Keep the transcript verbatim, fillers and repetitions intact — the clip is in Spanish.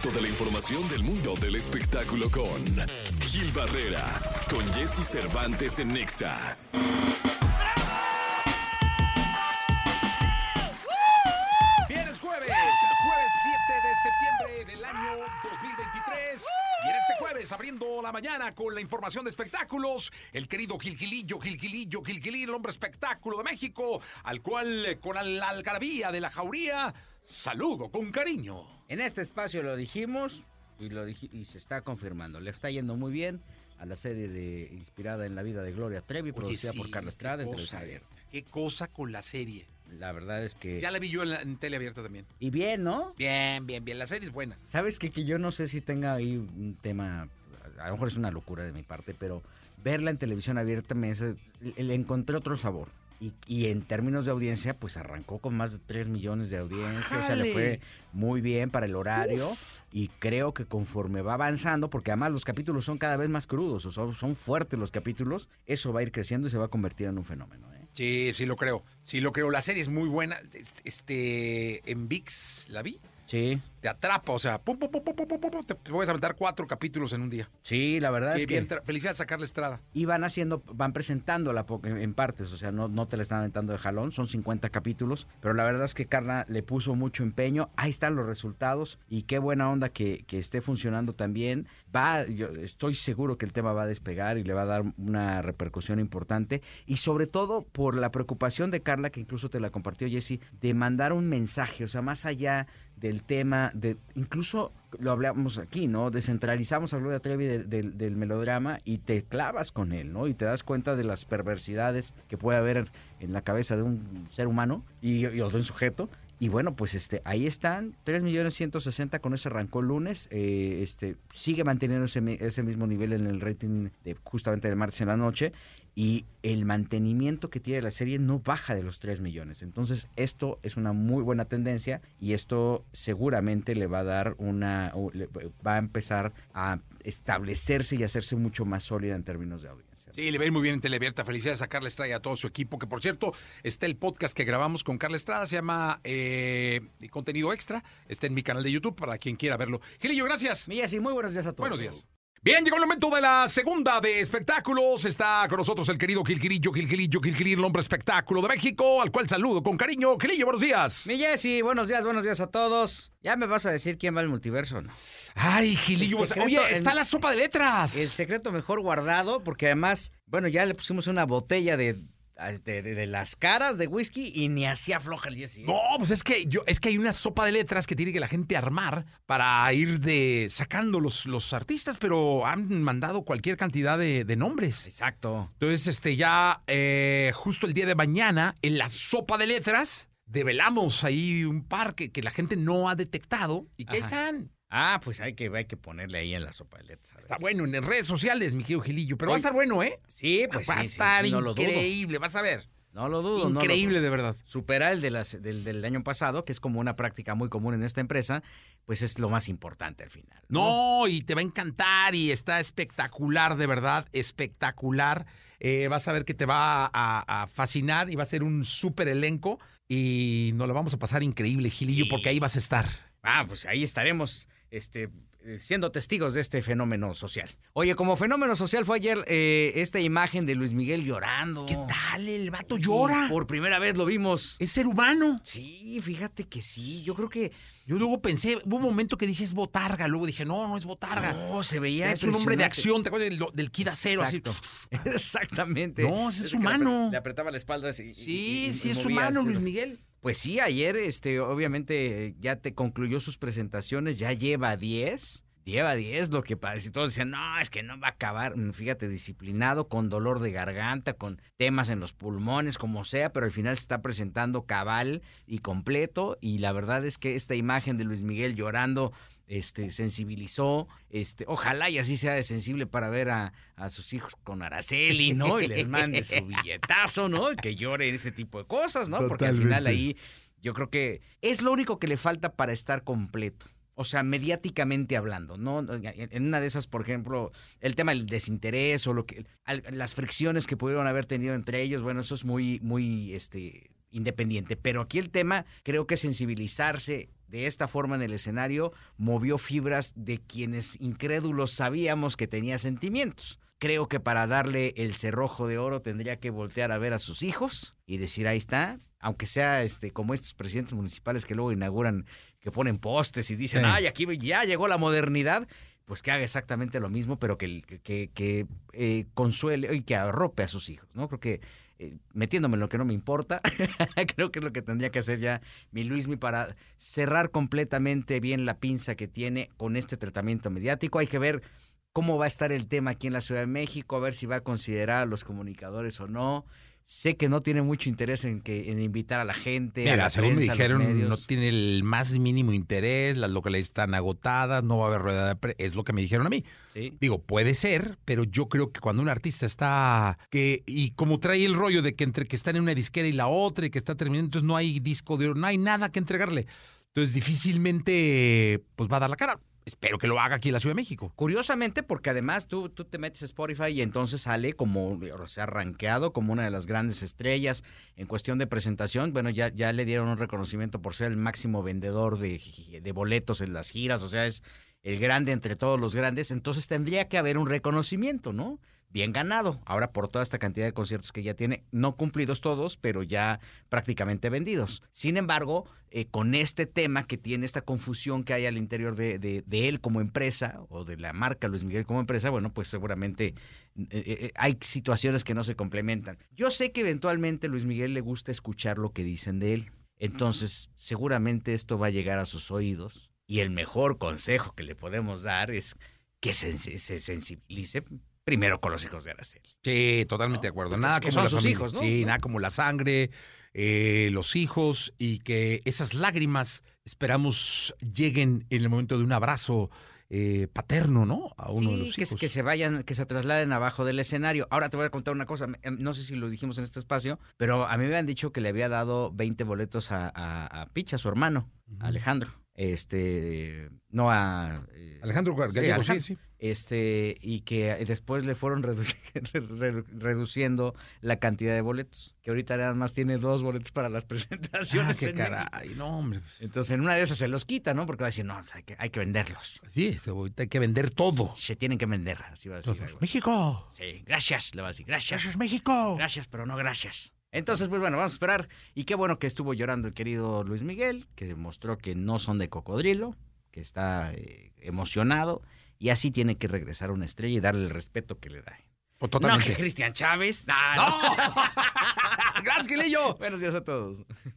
de la información del mundo del espectáculo con Gil Barrera, con Jesse Cervantes en Nexa. Bien, es jueves, jueves siete de septiembre del año dos mil veintitrés. Y en este jueves, abriendo la mañana con la información de espectáculos, el querido Gilgilillo, Gilgilillo, Gilgilillo, el hombre espectáculo de México, al cual, eh, con la algarabía de la jauría, saludo con cariño. En este espacio lo dijimos y, lo dij- y se está confirmando. Le está yendo muy bien a la serie de inspirada en la vida de Gloria Trevi, Oye, producida sí, por Carla qué Estrada en cosa, Televisión Abierta. Qué cosa con la serie. La verdad es que... Ya la vi yo en, la, en tele abierta también. Y bien, ¿no? Bien, bien, bien. La serie es buena. ¿Sabes qué? Que yo no sé si tenga ahí un tema, a lo mejor es una locura de mi parte, pero verla en Televisión Abierta me hace- le, le encontré otro sabor. Y, y en términos de audiencia, pues arrancó con más de tres millones de audiencia, o sea, le fue muy bien para el horario. Uf. Y creo que conforme va avanzando, porque además los capítulos son cada vez más crudos, o sea, son fuertes los capítulos, eso va a ir creciendo y se va a convertir en un fenómeno, ¿eh? Sí, sí lo creo. Sí lo creo. La serie es muy buena. Este, en V I X, ¿la vi? Sí, Te atrapa, o sea, pum, pum, pum, pum, pum, pum, pum, te puedes aventar cuatro capítulos en un día. sí, la verdad Sí, es que... bien, tra- felicidades a Carla Estrada. Y van haciendo, van presentándola po- en en partes, o sea, no, no te la están aventando de jalón, son cincuenta capítulos, pero la verdad es que Carla le puso mucho empeño, ahí están los resultados y qué buena onda que, que esté funcionando también. Va, yo estoy seguro que el tema va a despegar y le va a dar una repercusión importante y sobre todo por la preocupación de Carla, que incluso te la compartió Jessy, de mandar un mensaje, o sea, más allá del tema, de incluso lo hablamos aquí, ¿no? Descentralizamos a Gloria Trevi de- de- del melodrama y te clavas con él, ¿no? Y te das cuenta de las perversidades que puede haber en la cabeza de un ser humano y, y o de un sujeto. Y bueno, pues este ahí están, tres millones ciento sesenta, con eso arrancó el lunes, eh, este sigue manteniendo ese, mi- ese mismo nivel en el rating de justamente del martes en la noche, y el mantenimiento que tiene la serie no baja de los tres millones. Entonces esto es una muy buena tendencia y esto seguramente le va a dar una, o le- va a empezar a establecerse y hacerse mucho más sólida en términos de audiencia. Sí, le va a ir muy bien en Teleabierta. Felicidades a Carla Estrada y a todo su equipo, que por cierto, está el podcast que grabamos con Carla Estrada, se llama eh, Contenido Extra, está en mi canal de YouTube para quien quiera verlo. Gilillo, gracias. Mía, sí, muy buenos días a todos. Buenos días. Bien, llegó el momento de la segunda de espectáculos. Está con nosotros el querido Gilgilillo, Gilgilillo, Gilgilillo, el hombre espectáculo de México, al cual saludo con cariño. Gilillo, buenos días. Mi Jessy, buenos días, buenos días a todos. ¿Ya me vas a decir quién va al multiverso o no? Ay, Gilillo, El secreto oye, en- está la sopa de letras. El secreto mejor guardado, porque además, bueno, ya le pusimos una botella de, de, de- de las caras de whisky y ni así afloja el Jessy. No, pues es que yo, es que hay una sopa de letras que tiene que la gente armar para ir de sacando los, los artistas, pero han mandado cualquier cantidad de, de nombres. Exacto. Entonces, este, ya eh, justo el día de mañana, en la sopa de letras, develamos ahí un par que, que la gente no ha detectado y que ahí Ajá. están. Ah, pues hay que, hay que ponerle ahí en la sopa de letras. a ver. Está bueno en las redes sociales, mi querido Gilillo, pero va a Oye, estar bueno, ¿eh? Sí, pues va a sí, sí, estar sí, no lo dudo. increíble, vas a ver. No lo dudo. no lo Increíble, dudo. de verdad. Superar el de las, del, del año pasado, que es como una práctica muy común en esta empresa, pues es lo más importante al final. No, y te va a encantar y está espectacular, de verdad, espectacular. Eh, vas a ver que te va a, a fascinar y va a ser un súper elenco y nos lo vamos a pasar increíble, Gilillo, Sí. porque ahí vas a estar. Ah, pues ahí estaremos este, eh, siendo testigos de este fenómeno social. Oye, como fenómeno social fue ayer eh, esta imagen de Luis Miguel llorando. ¿Qué tal? El vato Oye, llora. Por primera vez lo vimos. Es ser humano. Sí, fíjate que sí. Yo creo que Yo luego pensé, hubo un momento que dije es botarga, luego dije, no, no es botarga. no, se veía es un hombre de impresionante. acción, ¿te acuerdas del, del Kid Acero? Así. Exacto. Exactamente. No, ese es que le apre- humano. Le apretaba la espalda así. y- Sí, y- y sí es movía humano, así. Luis Miguel. Pues sí, ayer, este, obviamente, ya te concluyó sus presentaciones, ya lleva diez. Lleva diez, lo que parece. Todos decían, no, es que no va a acabar. Mm, Fíjate, disciplinado, con dolor de garganta, con temas en los pulmones, como sea, pero al final se está presentando cabal y completo. Y la verdad es que esta imagen de Luis Miguel llorando, este, sensibilizó. Este, ojalá y así sea de sensible para ver a, a sus hijos con Araceli, ¿no? Y les mande su billetazo, ¿no? Y que llore ese tipo de cosas, ¿no? Porque al final ahí yo creo que es lo único que le falta para estar completo. O sea, mediáticamente hablando, ¿no? En una de esas, por ejemplo, el tema del desinterés o lo que, al- las fricciones que pudieron haber tenido entre ellos, bueno, eso es muy, muy, este, independiente. Pero aquí el tema, creo que sensibilizarse de esta forma en el escenario movió fibras de quienes incrédulos sabíamos que tenía sentimientos. Creo que para darle el cerrojo de oro tendría que voltear a ver a sus hijos y decir, ahí está, aunque sea este como estos presidentes municipales que luego inauguran, que ponen postes y dicen, sí. ay, aquí ya llegó la modernidad, pues que haga exactamente lo mismo, pero que, que, que eh, consuele y que arrope a sus hijos, ¿no? Creo que eh, metiéndome en lo que no me importa, creo que es lo que tendría que hacer ya mi Luismi para cerrar completamente bien la pinza que tiene con este tratamiento mediático. Hay que ver cómo va a estar el tema aquí en la Ciudad de México, a ver si va a considerar a los comunicadores o no. Sé que no tiene mucho interés en que en invitar a la gente. Mira, a la según prensa, me dijeron, no tiene el más mínimo interés, las localidades están agotadas, no va a haber rueda de prensa, es lo que me dijeron a mí. ¿Sí? Digo, puede ser, pero yo creo que cuando un artista está, que y como trae el rollo de que entre que están en una disquera y la otra y que está terminando, entonces no hay disco de oro, no hay nada que entregarle. Entonces difícilmente pues va a dar la cara. Espero que lo haga aquí en la Ciudad de México. Curiosamente, porque además tú, tú te metes a Spotify y entonces sale como, o sea, rankeado como una de las grandes estrellas en cuestión de presentación. Bueno, ya, ya le dieron un reconocimiento por ser el máximo vendedor de, de boletos en las giras, o sea, es el grande entre todos los grandes. Entonces tendría que haber un reconocimiento, ¿no? Bien ganado. Ahora, por toda esta cantidad de conciertos que ya tiene, no cumplidos todos, pero ya prácticamente vendidos. Sin embargo, eh, con este tema que tiene, esta confusión que hay al interior de, de, de él como empresa, o de la marca Luis Miguel como empresa, bueno, pues seguramente eh, eh, hay situaciones que no se complementan. Yo sé que eventualmente Luis Miguel le gusta escuchar lo que dicen de él. Entonces, seguramente esto va a llegar a sus oídos. Y el mejor consejo que le podemos dar es que se, se sensibilice primero con los hijos de Araceli. Sí, totalmente ¿no? de acuerdo. Porque nada es que como son la sus familia. hijos, ¿no? Sí, ¿no? nada como la sangre, eh, los hijos, y que esas lágrimas, esperamos, lleguen en el momento de un abrazo eh, paterno, ¿no? A uno sí, de los que, hijos. que se vayan, que se trasladen abajo del escenario. Ahora te voy a contar una cosa, no sé si lo dijimos en este espacio, pero a mí me han dicho que le había dado veinte boletos a, a, a Picha, su hermano, uh-huh. a Alejandro. Este, no a... Eh, Alejandro Gallego, sí, Alejandro, sí, sí. Este, y que después le fueron redu redu reduciendo la cantidad de boletos, que ahorita nada más tiene dos boletos para las presentaciones. Ah, qué caray, no, hombre. Entonces, en una de esas se los quita, ¿no? Porque va a decir, no, hay que, hay que venderlos. Sí, ahorita hay que vender todo. Se tienen que vender, así va a decir. Todos. ¡México! Sí, gracias, le va a decir, gracias. ¡Gracias, México! Gracias, pero no gracias. Entonces, pues bueno, vamos a esperar. Y qué bueno que estuvo llorando el querido Luis Miguel, que demostró que no son de cocodrilo, que está eh, emocionado, y así tiene que regresar a una estrella y darle el respeto que le da. Oh, totalmente. No, que Cristian Chávez. ¡No! ¡No! ¡Gracias, Gilillo! Buenos días a todos.